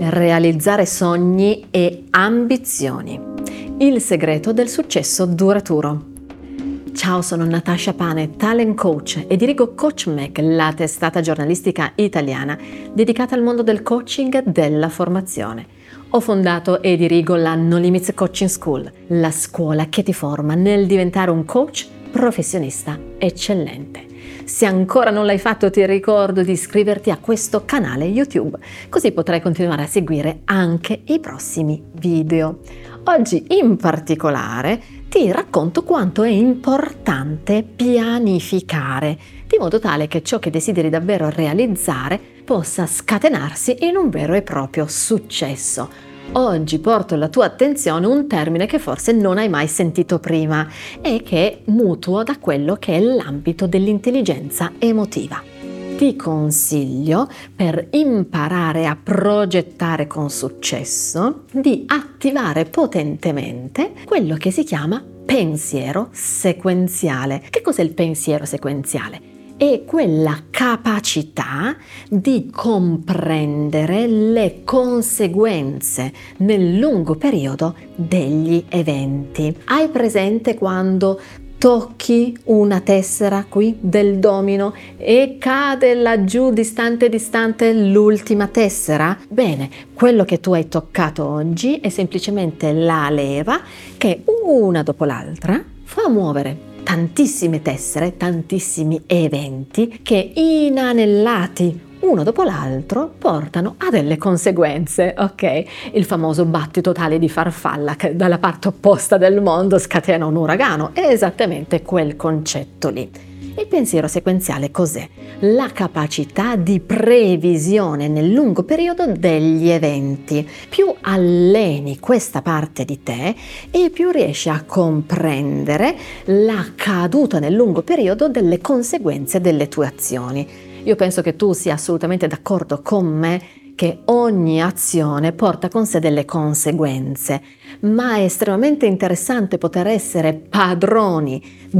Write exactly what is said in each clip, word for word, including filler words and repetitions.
realizzare sogni e ambizioni. Il segreto del successo duraturo. Ciao, sono Natasha Pane, talent coach e dirigo CoachMag, la testata giornalistica italiana dedicata al mondo del coaching e della formazione. Ho fondato e dirigo la No Limits Coaching School, la scuola che ti forma nel diventare un coach professionista eccellente. Se ancora non l'hai fatto, ti ricordo di iscriverti a questo canale YouTube, così potrai continuare a seguire anche i prossimi video. Oggi in particolare ti racconto quanto è importante pianificare, di modo tale che ciò che desideri davvero realizzare possa scatenarsi in un vero e proprio successo. Oggi porto alla tua attenzione un termine che forse non hai mai sentito prima e che è mutuo da quello che è l'ambito dell'intelligenza emotiva. Ti consiglio, per imparare a progettare con successo, di attivare potentemente quello che si chiama pensiero sequenziale. Che cos'è il pensiero sequenziale? È quella capacità di comprendere le conseguenze nel lungo periodo degli eventi. Hai presente quando tocchi una tessera qui del domino e cade laggiù distante distante l'ultima tessera? Bene, quello che tu hai toccato oggi è semplicemente la leva che una dopo l'altra fa muovere tantissime tessere, tantissimi eventi che inanellati uno dopo l'altro portano a delle conseguenze, ok? Il famoso battito tale di farfalla che dalla parte opposta del mondo scatena un uragano, è esattamente quel concetto lì. Il pensiero sequenziale cos'è? La capacità di previsione nel lungo periodo degli eventi. Più alleni questa parte di te e più riesci a comprendere la caduta nel lungo periodo delle conseguenze delle tue azioni. Io penso che tu sia assolutamente d'accordo con me che ogni azione porta con sé delle conseguenze, ma è estremamente interessante poter essere padroni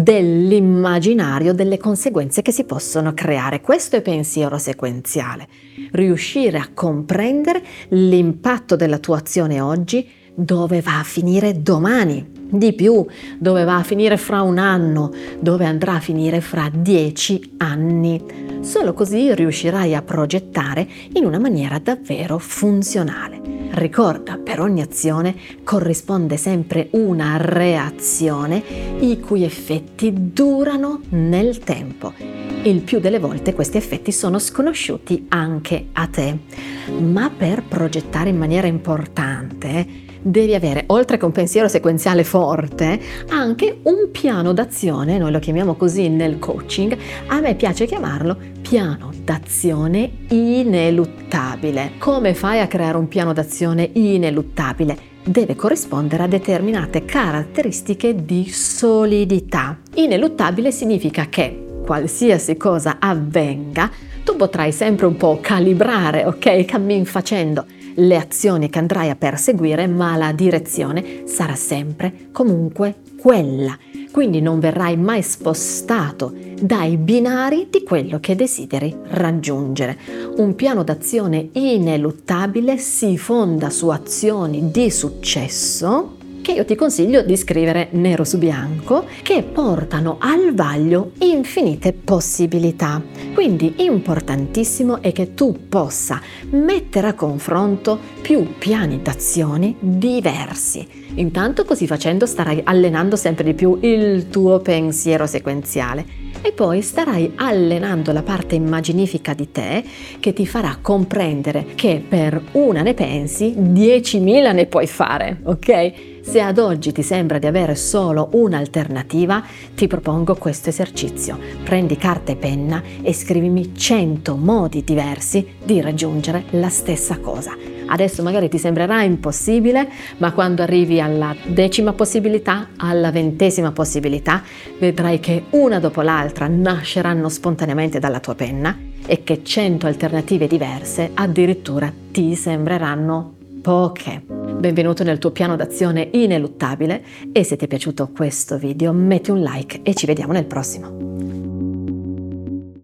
dell'immaginario delle conseguenze che si possono creare. Questo è pensiero sequenziale. Riuscire a comprendere l'impatto della tua azione oggi, dove va a finire domani, di più, dove va a finire fra un anno, dove andrà a finire fra dieci anni. Solo così riuscirai a progettare in una maniera davvero funzionale. Ricorda, per ogni azione corrisponde sempre una reazione i cui effetti durano nel tempo. Il più delle volte questi effetti sono sconosciuti anche a te. Ma per progettare in maniera importante devi avere, oltre che un pensiero sequenziale forte, anche un piano d'azione, noi lo chiamiamo così nel coaching, a me piace chiamarlo piano d'azione ineluttabile. Come fai a creare un piano d'azione ineluttabile? Deve corrispondere a determinate caratteristiche di solidità. Ineluttabile significa che qualsiasi cosa avvenga, tu potrai sempre un po' calibrare, ok? Cammin facendo le azioni che andrai a perseguire, ma la direzione sarà sempre comunque quella. Quindi non verrai mai spostato dai binari di quello che desideri raggiungere. Un piano d'azione ineluttabile si fonda su azioni di successo che io ti consiglio di scrivere nero su bianco, che portano al vaglio infinite possibilità. Quindi importantissimo è che tu possa mettere a confronto più piani d'azione diversi. Intanto, così facendo, starai allenando sempre di più il tuo pensiero sequenziale. E poi starai allenando la parte immaginifica di te che ti farà comprendere che per una ne pensi, diecimila ne puoi fare, ok? Se ad oggi ti sembra di avere solo un'alternativa, ti propongo questo esercizio. Prendi carta e penna e scrivimi cento modi diversi di raggiungere la stessa cosa. Adesso magari ti sembrerà impossibile, ma quando arrivi alla decima possibilità, alla ventesima possibilità, vedrai che una dopo l'altra nasceranno spontaneamente dalla tua penna e che cento alternative diverse addirittura ti sembreranno poche. Benvenuto nel tuo piano d'azione ineluttabile e se ti è piaciuto questo video metti un like e ci vediamo nel prossimo.